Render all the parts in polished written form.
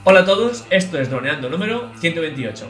Hola a todos, esto es Droneando número 128.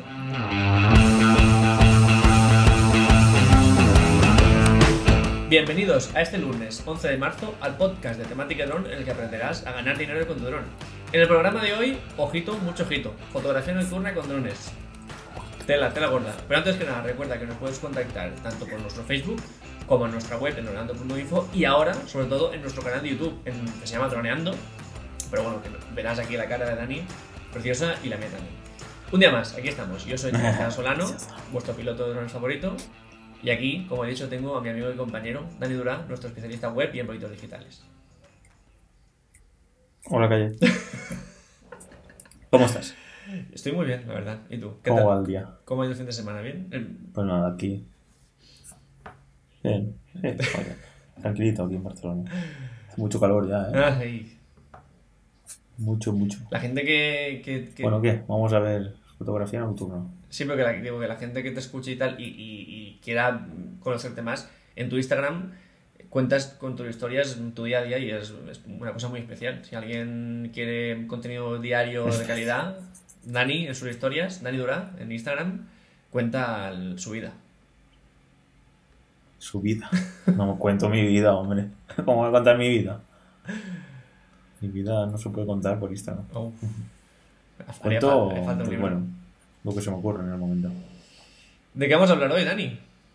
Bienvenidos a este lunes 11 de marzo al podcast de temática dron en el que aprenderás a ganar dinero con tu dron. En el programa de hoy, ojito, mucho ojito, fotografía nocturna con drones. Tela gorda. Pero antes que nada, recuerda que nos puedes contactar tanto por nuestro Facebook como en nuestra web en droneando.info y ahora, sobre todo, en nuestro canal de YouTube que se llama Droneando. Pero bueno, que verás aquí la cara de Dani, preciosa, y la mía también. Un día más, aquí estamos. Yo soy Tatiana Solano, vuestro piloto de drones favorito. Y aquí, como he dicho, tengo a mi amigo y compañero Dani Durán, nuestro especialista web y en proyectos digitales. Hola, Calle. ¿Cómo estás? Estoy muy bien, la verdad. ¿Y tú? ¿Qué ¿Cómo tal? va el día? ¿Cómo ha ido el fin de semana? ¿Bien? Pues nada, aquí. Bien. Vaya. Tranquilito aquí en Barcelona. Hace mucho calor ya, ¿eh? Ay. Mucho. La gente que... Bueno, ¿qué? Vamos a ver fotografía nocturna. Sí, pero que la gente que te escuche y tal y quiera conocerte más, en tu Instagram cuentas con tus historias en tu día a día y es una cosa muy especial. Si alguien quiere contenido diario de calidad, Dani en sus historias, Dani Durá en Instagram, cuenta su vida. Su vida. No cuento mi vida, hombre. ¿Cómo voy a contar mi vida? Mi vida no se puede contar por Instagram. Oh. Cuento, Haría falta un pues libro. bueno, lo que se me ocurre en el momento. ¿De qué vamos a hablar hoy, Dani?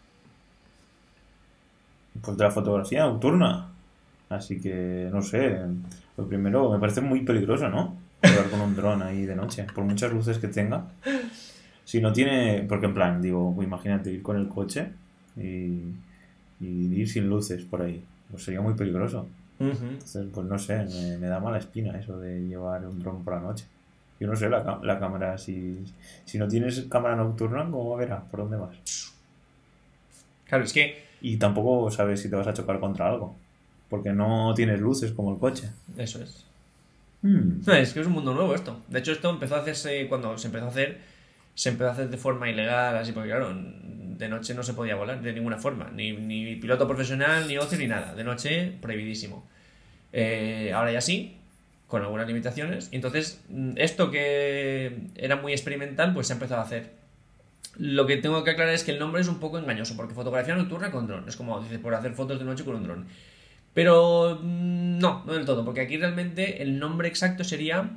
Pues de la fotografía nocturna. Así que, no sé, lo primero, me parece muy peligroso, ¿no? Jugar con un dron ahí de noche, por muchas luces que tenga. Si no tiene, porque en plan, digo, pues imagínate ir con el coche y ir sin luces por ahí. Pues sería muy peligroso. Entonces, pues no sé, me da mala espina eso de llevar un dron por la noche. Yo no sé, la cámara, si no tienes cámara nocturna, ¿cómo verás? ¿Por dónde vas? Claro, es que... Y tampoco sabes si te vas a chocar contra algo, porque no tienes luces como el coche. Eso es. Es que es un mundo nuevo esto. De hecho, esto empezó a hacerse cuando se empezó a hacer de forma ilegal, así, porque claro, de noche no se podía volar de ninguna forma, ni piloto profesional, ni ocio, ni nada. De noche, prohibidísimo. Ahora ya sí, con algunas limitaciones. Y entonces, esto que era muy experimental, pues se ha empezado a hacer. Lo que tengo que aclarar es que el nombre es un poco engañoso, porque fotografía nocturna con dron. Es como, dices, por hacer fotos de noche con un dron. Pero no del todo, porque aquí realmente el nombre exacto sería,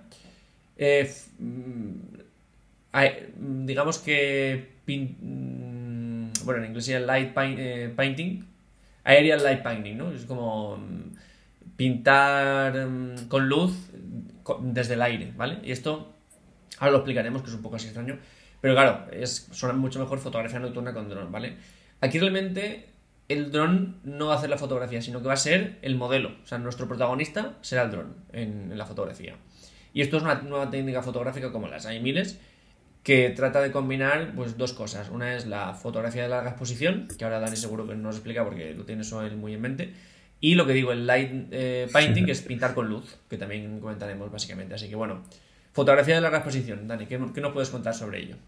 digamos que, bueno, en inglés sería light painting, aerial light painting, ¿no? Es como pintar con luz desde el aire, ¿vale? Y esto, ahora lo explicaremos, que es un poco así extraño, pero claro, suena mucho mejor fotografía nocturna con dron, ¿vale? Aquí realmente el dron no va a hacer la fotografía, sino que va a ser el modelo. O sea, nuestro protagonista será el dron en la fotografía. Y esto es una nueva técnica fotográfica como las hay miles, que trata de combinar pues dos cosas. Una es la fotografía de larga exposición, que ahora Dani seguro que nos explica porque lo tiene eso él muy en mente. Y lo que digo, el light painting, que es pintar con luz, que también comentaremos básicamente. Así que bueno, fotografía de larga exposición. Dani, ¿qué nos puedes contar sobre ello?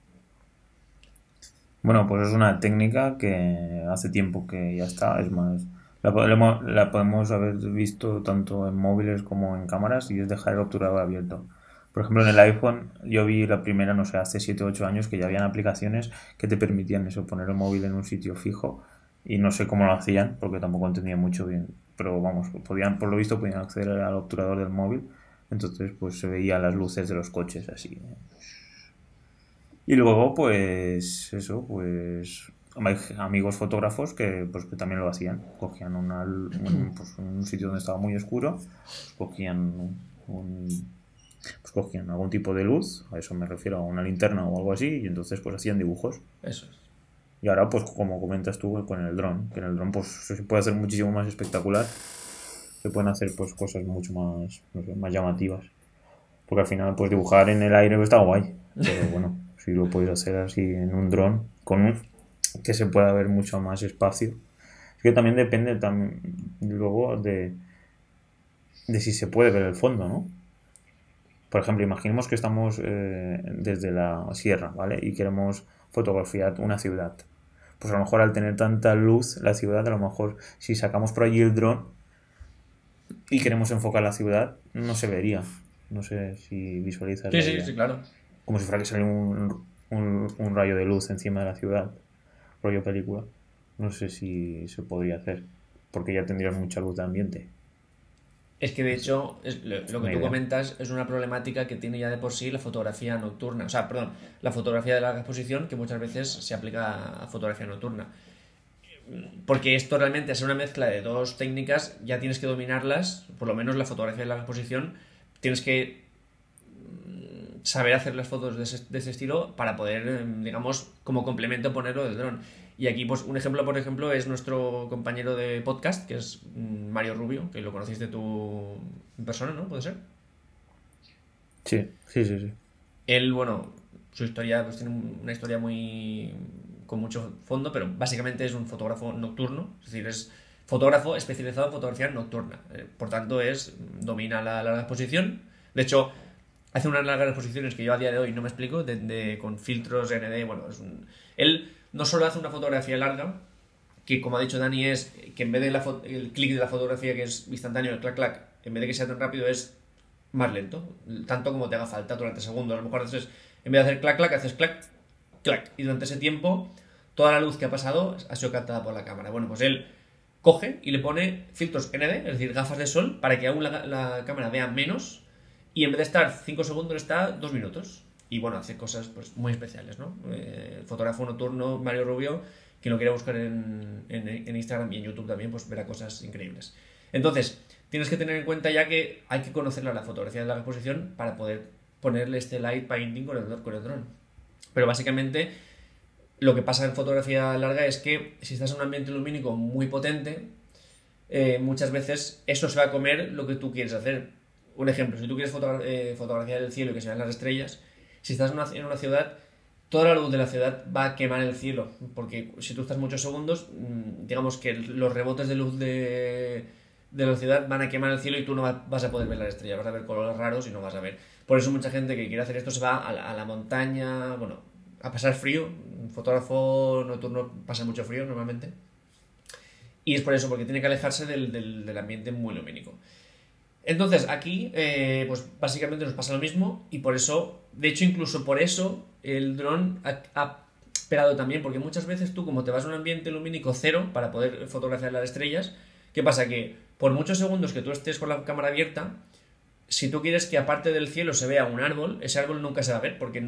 Bueno, pues es una técnica que hace tiempo que ya está, es más, la podemos haber visto tanto en móviles como en cámaras y es dejar el obturador abierto. Por ejemplo, en el iPhone yo vi la primera, no sé, hace 7 o 8 años que ya habían aplicaciones que te permitían eso, poner el móvil en un sitio fijo y no sé cómo lo hacían porque tampoco entendía mucho bien, pero vamos, podían, por lo visto podían acceder al obturador del móvil, entonces pues se veían las luces de los coches así. Y luego, pues, eso, pues, hay amigos fotógrafos que también lo hacían. Cogían un sitio donde estaba muy oscuro, cogían cogían algún tipo de luz, a eso me refiero, a una linterna o algo así, y entonces pues hacían dibujos. Eso es. Y ahora, pues, como comentas tú, con el dron, que en el dron pues se puede hacer muchísimo más espectacular. Se pueden hacer pues cosas mucho más, no sé, más llamativas. Porque al final, pues dibujar en el aire está guay, pero bueno. Si lo puedes hacer así en un dron, que se pueda ver mucho más espacio. Es que también depende luego de si se puede ver el fondo, ¿no? Por ejemplo, imaginemos que estamos desde la sierra, ¿vale? Y queremos fotografiar una ciudad. Pues a lo mejor al tener tanta luz la ciudad, a lo mejor si sacamos por allí el dron y queremos enfocar la ciudad, no se vería. No sé si visualizas Sí, la sí, idea. sí, claro. Como si fuera que sale un rayo de luz encima de la ciudad, rollo película. No sé si se podría hacer, porque ya tendrías mucha luz de ambiente. Es que de Es hecho, lo que una tú idea. comentas es una problemática que tiene ya de por sí la fotografía nocturna. O sea, perdón, la fotografía de larga exposición que muchas veces se aplica a fotografía nocturna. Porque esto realmente es una mezcla de dos técnicas, ya tienes que dominarlas, por lo menos la fotografía de larga exposición, tienes que saber hacer las fotos de ese estilo para poder, digamos, como complemento ponerlo del dron. Y aquí, pues, un ejemplo, por ejemplo, es nuestro compañero de podcast, que es Mario Rubio, que lo conociste tú en persona, ¿no? ¿Puede ser? Sí, sí, sí, sí. Él, bueno, su historia, pues tiene una historia muy con mucho fondo, pero básicamente es un fotógrafo nocturno, es decir, es fotógrafo especializado en fotografía nocturna. Por tanto, domina la larga exposición. De hecho, hace unas largas exposiciones que yo a día de hoy no me explico, con filtros ND. Bueno, él no solo hace una fotografía larga, que como ha dicho Dani, es que en vez de el clic de la fotografía que es instantáneo, el clac clac, en vez de que sea tan rápido, es más lento, tanto como te haga falta durante segundos. A lo mejor haces, en vez de hacer clac clac, haces clac clac, y durante ese tiempo toda la luz que ha pasado ha sido captada por la cámara. Bueno, pues él coge y le pone filtros ND, es decir, gafas de sol, para que aún la cámara vea menos, y en vez de estar 5 segundos está 2 minutos. Y bueno, hace cosas pues muy especiales, ¿no? Fotógrafo nocturno Mario Rubio, quien lo quiera buscar en Instagram y en YouTube también, pues verá cosas increíbles. Entonces, tienes que tener en cuenta ya que hay que conocer la fotografía de larga exposición para poder ponerle este light painting con el dron. Pero básicamente lo que pasa en fotografía larga es que si estás en un ambiente lumínico muy potente, muchas veces eso se va a comer lo que tú quieres hacer. Un ejemplo, si tú quieres fotografiar el cielo y que se vean las estrellas, si estás en una ciudad, toda la luz de la ciudad va a quemar el cielo, porque si tú estás muchos segundos, digamos que los rebotes de luz de la ciudad van a quemar el cielo y tú no vas a poder ver las estrellas, vas a ver colores raros y no vas a ver. Por eso mucha gente que quiere hacer esto se va a la montaña, bueno, a pasar frío. Un fotógrafo nocturno pasa mucho frío normalmente. Y es por eso, porque tiene que alejarse del ambiente muy lumínico. Entonces, aquí, pues básicamente nos pasa lo mismo y por eso, de hecho, incluso por eso, el dron ha esperado también, porque muchas veces tú, como te vas a un ambiente lumínico cero para poder fotografiar las estrellas, ¿qué pasa? Que por muchos segundos que tú estés con la cámara abierta, si tú quieres que aparte del cielo se vea un árbol, ese árbol nunca se va a ver, porque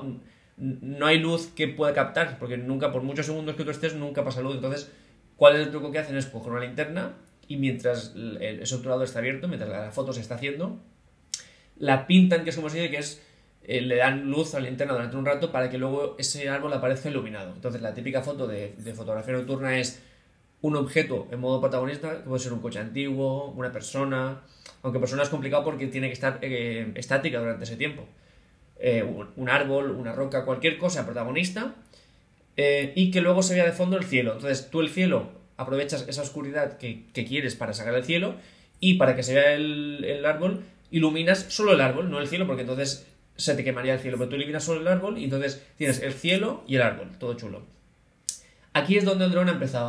no hay luz que pueda captar, porque nunca, por muchos segundos que tú estés, nunca pasa luz. Entonces, ¿cuál es el truco que hacen? Es coger una linterna y mientras ese obturador está abierto, mientras la foto se está haciendo, la pintan, que es como se dice, que es le dan luz a la linterna durante un rato para que luego ese árbol aparezca iluminado. Entonces, la típica foto de fotografía nocturna es un objeto en modo protagonista, que puede ser un coche antiguo, una persona, aunque persona es complicado porque tiene que estar estática durante ese tiempo. Un árbol, una roca, cualquier cosa protagonista, y que luego se vea de fondo el cielo. Entonces tú el cielo aprovechas esa oscuridad que quieres para sacar el cielo, y para que se vea el árbol iluminas solo el árbol, no el cielo, porque entonces se te quemaría el cielo, pero tú iluminas solo el árbol y entonces tienes el cielo y el árbol, todo chulo. Aquí es donde el dron ha empezado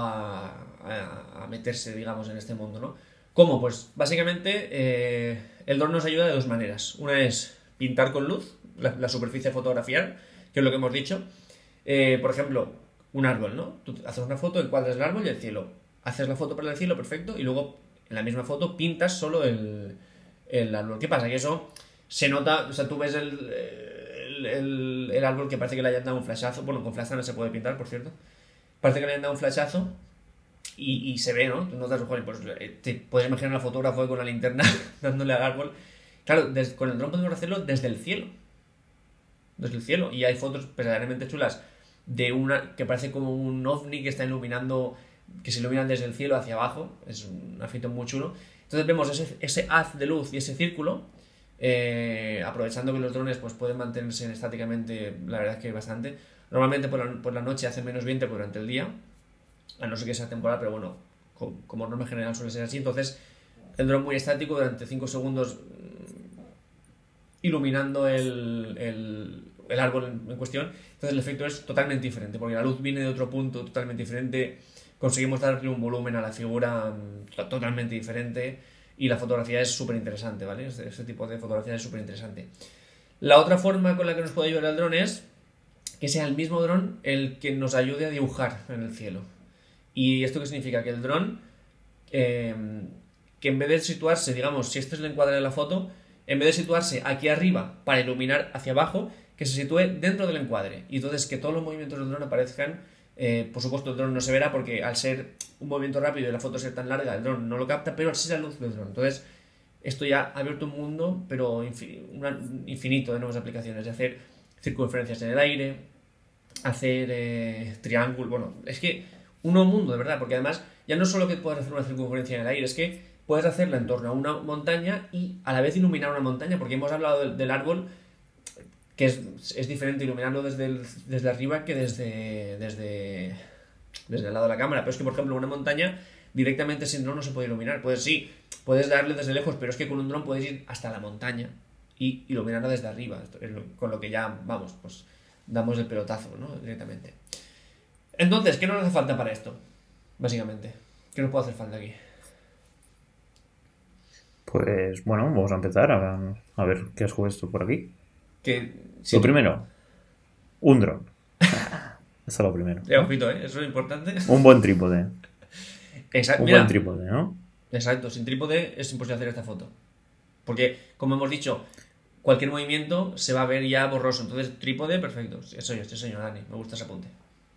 a meterse, digamos, en este mundo, ¿no? ¿Cómo? Pues básicamente el dron nos ayuda de dos maneras. Una es pintar con luz, la superficie a fotografiar, que es lo que hemos dicho. Por ejemplo, un árbol, ¿no? Tú haces una foto, encuadras el árbol y el cielo. Haces la foto para el cielo, perfecto, y luego en la misma foto pintas solo el árbol. ¿Qué pasa? Que eso se nota, o sea, tú ves el árbol que parece que le hayan dado un flashazo. Bueno, con flash no se puede pintar, por cierto. Parece que le hayan dado un flashazo y se ve, ¿no? Tú notas, joder, pues te puedes imaginar al fotógrafo con la linterna dándole al árbol. Claro, con el dron podemos hacerlo desde el cielo. Desde el cielo. Y hay fotos verdaderamente chulas de una que parece como un ovni que está iluminando, que se iluminan desde el cielo hacia abajo. Es un efecto muy chulo. Entonces vemos ese haz de luz y ese círculo, aprovechando que los drones pues pueden mantenerse estáticamente, la verdad es que bastante. Normalmente por la noche hace menos viento que durante el día, a no ser que sea temporal, pero bueno, como norma general suele ser así. Entonces el dron muy estático durante 5 segundos iluminando el árbol en cuestión. Entonces el efecto es totalmente diferente, porque la luz viene de otro punto totalmente diferente. Conseguimos darle un volumen a la figura totalmente diferente. y la fotografía es súper interesante, ¿vale? Este tipo de fotografía es súper interesante. La otra forma con la que nos puede ayudar el dron es que sea el mismo dron el que nos ayude a dibujar en el cielo. ¿Y esto qué significa? Que el dron, que en vez de situarse, digamos, si este es el encuadre de la foto, en vez de situarse aquí arriba para iluminar hacia abajo, que se sitúe dentro del encuadre. Y entonces que todos los movimientos del dron aparezcan. Por supuesto, el dron no se verá porque al ser un movimiento rápido y la foto ser tan larga, el dron no lo capta, pero sí la luz del dron. Entonces, esto ya ha abierto un mundo, pero infinito de nuevas aplicaciones, de hacer circunferencias en el aire, hacer triángulos. Bueno, es que un nuevo mundo, de verdad, porque además ya no es solo que puedas hacer una circunferencia en el aire, es que puedes hacerla en torno a una montaña y a la vez iluminar una montaña, porque hemos hablado del árbol, que es diferente iluminarlo desde arriba que desde el lado de la cámara. Pero es que, por ejemplo, una montaña directamente sin dron no se puede iluminar. Puedes darle desde lejos, pero es que con un dron puedes ir hasta la montaña y iluminarla desde arriba, con lo que ya, vamos, pues damos el pelotazo, ¿no? Directamente. Entonces, ¿qué nos hace falta para esto? Básicamente, ¿qué nos puede hacer falta aquí? Pues bueno, vamos a empezar a ver qué has puesto por aquí. Sí. Lo primero, un dron. Eso es lo primero, ¿no? Ojito, eso es importante. Un buen trípode. Exacto. Un buen trípode, ¿no? Exacto, sin trípode es imposible hacer esta foto. Porque, como hemos dicho, cualquier movimiento se va a ver ya borroso. Entonces, trípode, perfecto. Eso yo, este señor Dani, me gusta ese apunte.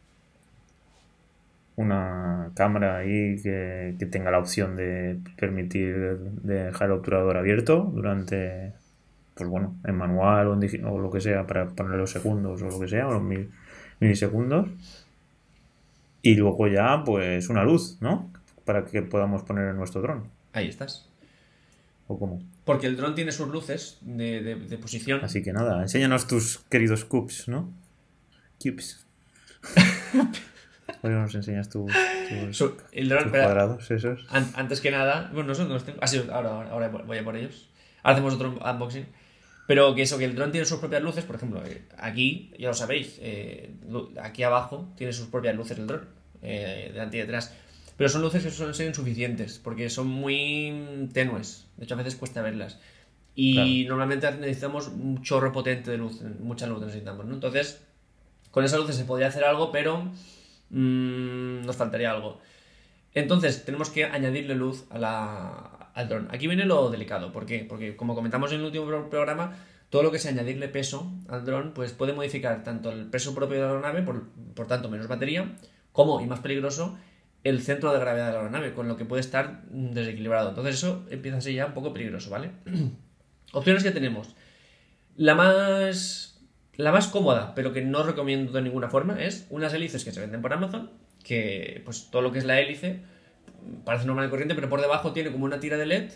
Una cámara ahí que tenga la opción de permitir dejar el obturador abierto durante, pues bueno, en manual o lo que sea, para poner los segundos o lo que sea, o los milisegundos. Y luego ya, pues una luz, ¿no? Para que podamos poner en nuestro dron. Ahí estás. ¿O cómo? Porque el dron tiene sus luces de posición. Así que nada, enséñanos tus queridos cubes, ¿no? Cubes. Hoy nos enseñas tus cuadrados esos. Antes que nada, bueno, nosotros los tengo. Ahora voy a por ellos. Ahora hacemos otro unboxing. Pero que el dron tiene sus propias luces, por ejemplo, aquí, ya lo sabéis, aquí abajo tiene sus propias luces el dron, delante y detrás. Pero son luces que suelen ser insuficientes, porque son muy tenues. De hecho, a veces cuesta verlas. Y claro, normalmente necesitamos un chorro potente de luz, mucha luz necesitamos, ¿no? Entonces, con esas luces se podría hacer algo, pero nos faltaría algo. Entonces, tenemos que añadirle luz al dron. Aquí viene lo delicado. ¿Por qué? Porque, como comentamos en el último programa, todo lo que sea añadirle peso al dron, pues puede modificar tanto el peso propio de la aeronave, por tanto menos batería, como, y más peligroso, el centro de gravedad de la aeronave, con lo que puede estar desequilibrado. Entonces eso empieza a ser ya un poco peligroso, ¿vale? Opciones que tenemos. La más cómoda, pero que no recomiendo de ninguna forma, es unas hélices que se venden por Amazon, que pues todo lo que es la hélice parece normal y corriente, pero por debajo tiene como una tira de LED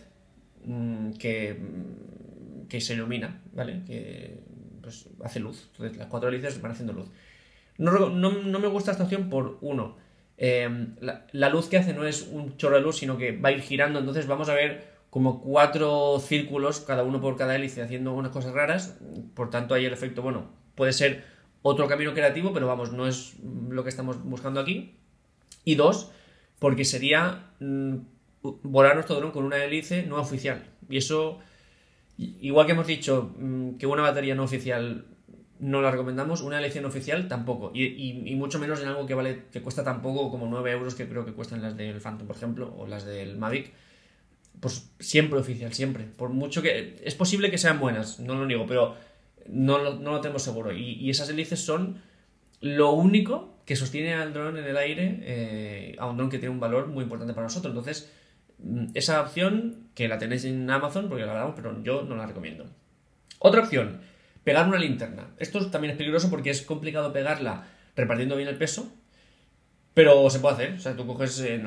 que se ilumina, ¿vale? Que pues hace luz. Entonces las 4 hélices van haciendo luz. No me gusta esta opción por uno. La luz que hace no es un chorro de luz, sino que va a ir girando. Entonces vamos a ver como 4 círculos, cada uno por cada hélice, haciendo unas cosas raras. Por tanto, ahí el efecto, bueno, puede ser otro camino creativo, pero vamos, no es lo que estamos buscando aquí. Y 2, porque sería volar nuestro dron con una hélice no oficial. Y eso, igual que hemos dicho que una batería no oficial no la recomendamos, una hélice no oficial tampoco. Y mucho menos en algo que cuesta tan poco como 9 euros, que creo que cuestan las del Phantom, por ejemplo, o las del Mavic. Pues siempre oficial, siempre. Por mucho que... Es posible que sean buenas, no lo niego, pero no lo tenemos seguro. Y esas hélices son lo único que sostiene al dron en el aire, a un dron que tiene un valor muy importante para nosotros. Entonces, esa opción, que la tenéis en Amazon, porque la damos, pero yo no la recomiendo. Otra opción, pegar una linterna. Esto también es peligroso porque es complicado pegarla repartiendo bien el peso, pero se puede hacer. O sea, tú coges en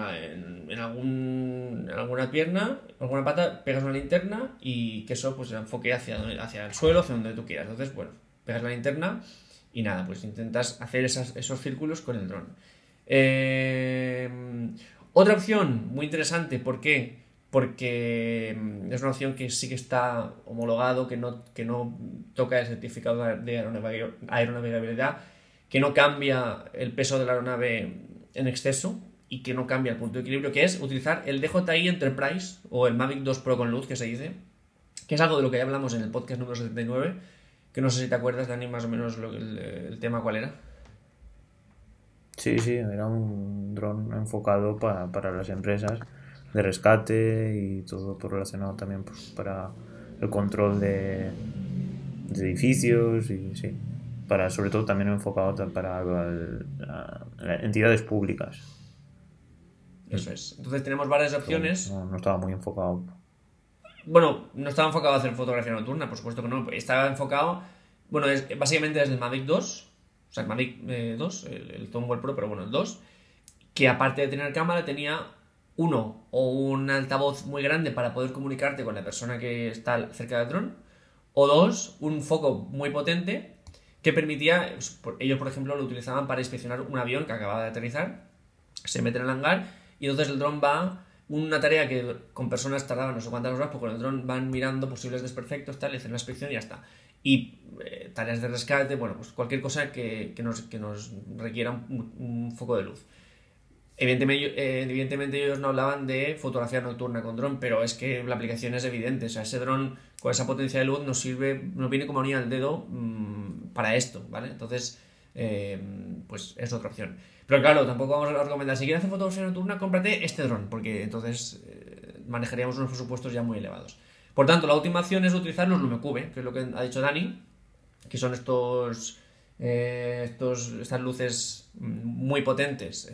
alguna pierna, alguna pata, pegas una linterna y que eso pues se enfoque hacia el suelo, hacia donde tú quieras. Entonces, bueno, pegas la linterna y nada, pues intentas hacer esos círculos con el dron. Otra opción muy interesante, ¿por qué? Porque es una opción que sí que está homologado, que no toca el certificado de aeronavegabilidad, que no cambia el peso de la aeronave en exceso, y que no cambia el punto de equilibrio, que es utilizar el DJI Enterprise o el Mavic 2 Pro con luz, que se dice, que es algo de lo que ya hablamos en el podcast número 79, que no sé si te acuerdas, Dani, más o menos el tema cuál era. Sí, era un dron enfocado para las empresas de rescate y todo relacionado también pues, para el control de edificios y sí, sobre todo también enfocado para entidades públicas. Eso es. Entonces tenemos varias opciones. No estaba muy enfocado. Bueno, no estaba enfocado a hacer fotografía nocturna, por supuesto que no. Estaba enfocado, bueno, básicamente desde el Mavic 2, o sea, el Mavic 2, el Tombow Pro, pero bueno, el 2, que aparte de tener cámara tenía un altavoz muy grande para poder comunicarte con la persona que está cerca del dron, o dos, un foco muy potente que permitía, ellos por ejemplo lo utilizaban para inspeccionar un avión que acababa de aterrizar, se mete en el hangar y entonces el dron va, una tarea que con personas tardaban no sé cuántas horas, pues con el dron van mirando posibles desperfectos, tal, y hacen la inspección y ya está. Y tareas de rescate, bueno, pues cualquier cosa que nos requiera un foco de luz. Evidentemente ellos no hablaban de fotografía nocturna con dron, pero es que la aplicación es evidente. O sea, ese dron con esa potencia de luz nos viene como anillo al dedo para esto, ¿vale? Entonces, pues es otra opción. Pero claro, tampoco vamos a recomendar, si quieres hacer fotografía nocturna, cómprate este dron, porque entonces manejaríamos unos presupuestos ya muy elevados. Por tanto, la última opción es utilizar los LumeCube, que es lo que ha dicho Dani, que son estas luces muy potentes,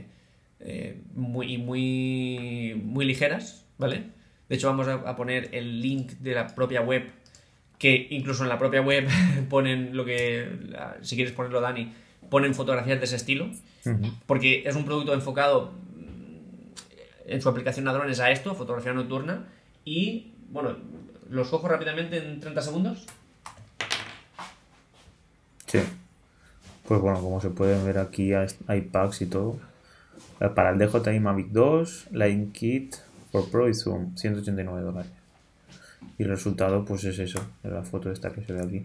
muy ligeras, ¿vale? De hecho, vamos a poner el link de la propia web, que incluso en la propia web ponen si quieres ponerlo, Dani, ponen fotografías de ese estilo, porque es un producto enfocado en su aplicación a drones a esto, fotografía nocturna, y bueno, los cojo rápidamente en 30 segundos. Sí. Pues bueno, como se pueden ver aquí hay packs y todo. Para el DJI Mavic 2, Line Kit for Pro y Zoom, $189. Y el resultado pues es eso, de la foto esta que se ve aquí.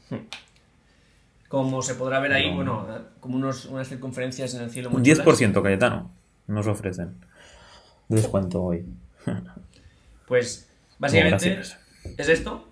Como se podrá ver ahí, bueno, como unas circunferencias en el cielo muy Un 10%, Cayetano, nos ofrecen de descuento hoy. Pues básicamente es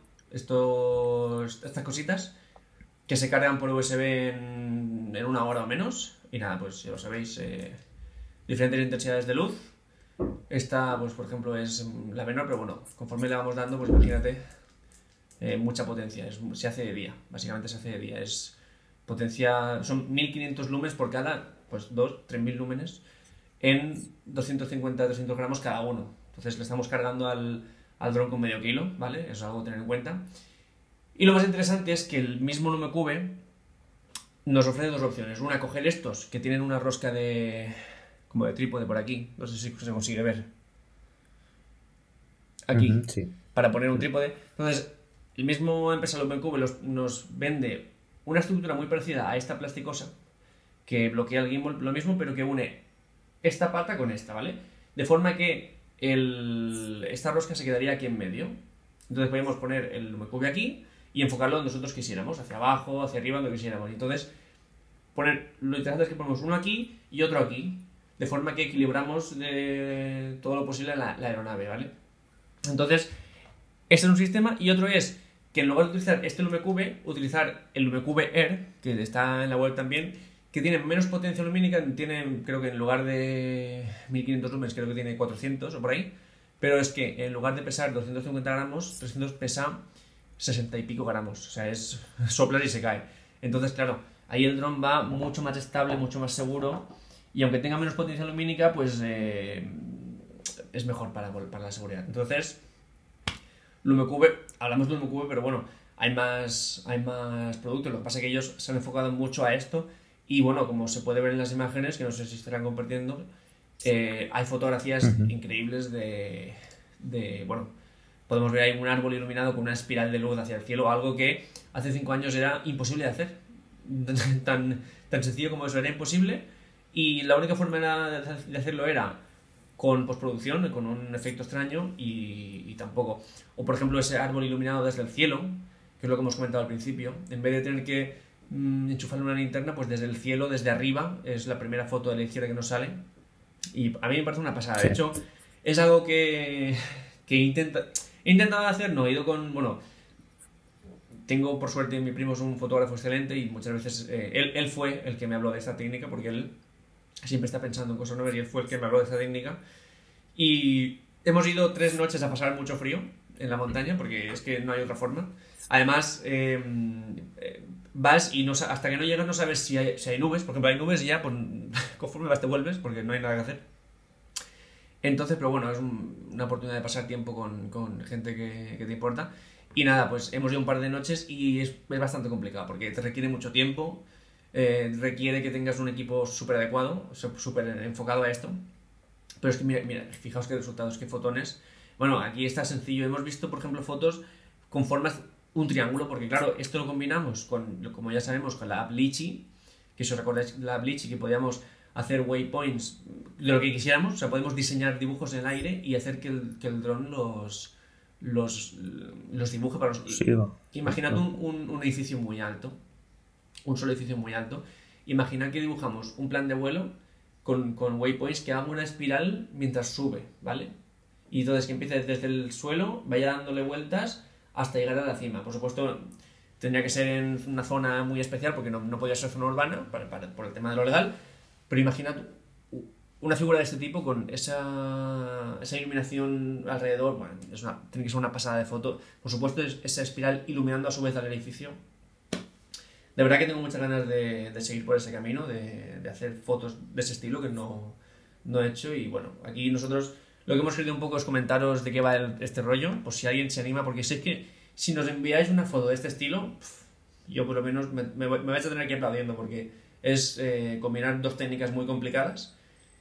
estas cositas que se cargan por USB en una hora o menos. Y nada, pues ya lo sabéis, diferentes intensidades de luz. Esta, pues por ejemplo, es la menor, pero bueno, conforme le vamos dando, pues imagínate, mucha potencia. Se hace de día, básicamente se hace de día. Es potencia, son 1500 lumens por cada, pues 3000 lúmenes en 250-300 gramos cada uno. Entonces le estamos cargando al dron con medio kilo, ¿vale? Eso es algo a tener en cuenta. Y lo más interesante es que el mismo LumeCube nos ofrece dos opciones. Una, coger estos que tienen una rosca como de trípode por aquí. No sé si se consigue ver. Aquí. Sí. Para poner un trípode. Entonces, el mismo empresa LumeCube nos vende una estructura muy parecida a esta plasticosa que bloquea el gimbal, lo mismo, pero que une esta pata con esta, ¿vale? De forma que esta rosca se quedaría aquí en medio. Entonces podemos poner el LumeCube aquí y enfocarlo donde nosotros quisiéramos, hacia abajo, hacia arriba, donde quisiéramos. Entonces, lo interesante es que ponemos uno aquí y otro aquí, de forma que equilibramos todo lo posible la aeronave, ¿vale? Entonces, este es un sistema, y otro es que en lugar de utilizar este LumeCube, utilizar el LumeCube Air, que está en la web también, que tiene menos potencia lumínica, creo que en lugar de 1500 lumens, creo que tiene 400 o por ahí, pero es que en lugar de pesar 250 gramos, 300 pesa 60 y pico gramos, o sea, es soplar y se cae. Entonces, claro, ahí el dron va mucho más estable, mucho más seguro, y aunque tenga menos potencia lumínica, pues es mejor para la seguridad. Entonces, LumeCube, hablamos de LumeCube, pero bueno, hay más productos. Lo que pasa es que ellos se han enfocado mucho a esto, y bueno, como se puede ver en las imágenes, que no sé si estarán compartiendo, hay fotografías increíbles bueno, podemos ver ahí un árbol iluminado con una espiral de luz hacia el cielo, algo que hace 5 años era imposible de hacer. Tan sencillo como eso era imposible, y la única forma de hacerlo era con postproducción, con un efecto extraño, y tampoco. O por ejemplo ese árbol iluminado desde el cielo, que es lo que hemos comentado al principio, en vez de tener que enchufarle una linterna, pues desde el cielo, desde arriba, es la primera foto de la izquierda que nos sale, Y a mí me parece una pasada. Sí. De hecho, es algo que he intentado hacer, no he ido con... Bueno, tengo por suerte, mi primo es un fotógrafo excelente y muchas veces él fue el que me habló de esta técnica porque él siempre está pensando en cosas nuevas y él fue el que me habló de esta técnica. Y hemos ido 3 noches a pasar mucho frío en la montaña porque es que no hay otra forma. Además, vas y no, hasta que no llegas no sabes si hay nubes. Por ejemplo, hay nubes y ya pues, conforme vas te vuelves porque no hay nada que hacer. Entonces, pero bueno, es una oportunidad de pasar tiempo con gente que te importa. Y nada, pues hemos ido un par de noches y es bastante complicado porque te requiere mucho tiempo, requiere que tengas un equipo súper adecuado, súper enfocado a esto. Pero es que mira, fijaos qué resultados, qué fotones. Bueno, aquí está sencillo. Hemos visto, por ejemplo, fotos con formas un triángulo, porque claro, esto lo combinamos con, como ya sabemos, con la app Litchi, que si os recordáis la app Litchi, que podíamos hacer waypoints de lo que quisiéramos, o sea, podemos diseñar dibujos en el aire y hacer que el dron los dibuje para nosotros. Sí, Imaginad un edificio muy alto, un solo edificio muy alto. Imaginad que dibujamos un plan de vuelo con waypoints que haga una espiral mientras sube, ¿vale? Y entonces que empiece desde el suelo, vaya dándole vueltas hasta llegar a la cima. Por supuesto, tendría que ser en una zona muy especial porque no podía ser zona urbana por el tema de lo legal. Pero imaginad una figura de este tipo con esa iluminación alrededor. Bueno, tiene que ser una pasada de foto. Por supuesto, esa espiral iluminando a su vez al edificio. De verdad que tengo muchas ganas de seguir por ese camino, de hacer fotos de ese estilo que no he hecho. Y bueno, aquí nosotros lo que hemos querido un poco es comentaros de qué va este rollo, pues si alguien se anima, porque sé que si nos enviáis una foto de este estilo, yo por lo menos me vais a tener que ir aplaudiendo, porque es combinar 2 técnicas muy complicadas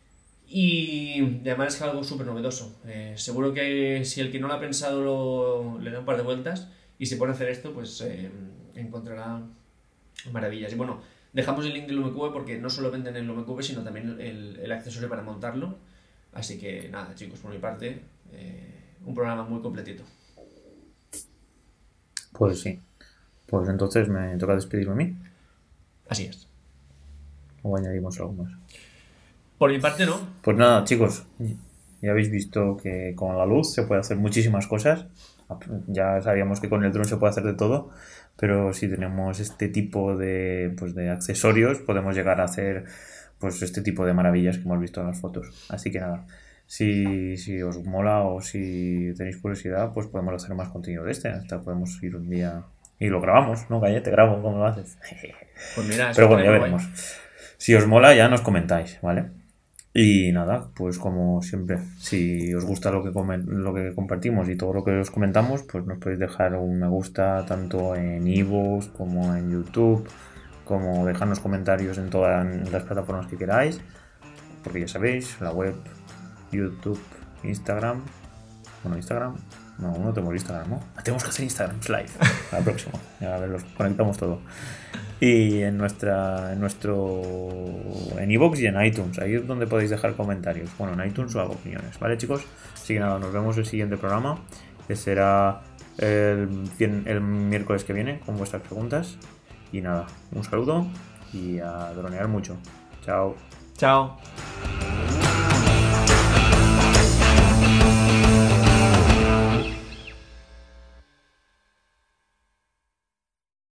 y además es algo súper novedoso. Seguro que si el que no lo ha pensado le da un par de vueltas y se pone a hacer esto, pues encontrará maravillas. Y bueno, dejamos el link del LumeCube porque no solo venden el LumeCube, sino también el accesorio para montarlo. Así que nada, chicos, por mi parte, un programa muy completito. Pues sí. Pues entonces me toca despedirme a mí. Así es. O añadimos algo más. Por mi parte, no. Pues nada, chicos. Ya habéis visto que con la luz se puede hacer muchísimas cosas. Ya sabíamos que con el dron se puede hacer de todo. Pero si tenemos este tipo de accesorios, podemos llegar a hacer pues este tipo de maravillas que hemos visto en las fotos. Así que nada, si os mola o si tenéis curiosidad, pues podemos hacer más contenido de este. Hasta podemos ir un día y lo grabamos, ¿no? Calle, te grabo, ¿cómo lo haces? Pues mira, pero bueno, ya veremos. Si os mola, ya nos comentáis, ¿vale? Y nada, pues como siempre, si os gusta lo que compartimos y todo lo que os comentamos, pues nos podéis dejar un me gusta tanto en iVoox como en YouTube, como dejarnos comentarios en todas las plataformas que queráis, porque ya sabéis, la web, YouTube, Instagram, no tenemos Instagram, ¿no? Tenemos que hacer Instagram Live, la próxima, ya a ver, los conectamos todo. Y en iVoox y en iTunes, ahí es donde podéis dejar comentarios. Bueno, en iTunes o hago opiniones, ¿vale, chicos? Así que nada, nos vemos en el siguiente programa, que será el miércoles que viene, con vuestras preguntas. Y nada, un saludo y a dronear mucho. Chao. Chao.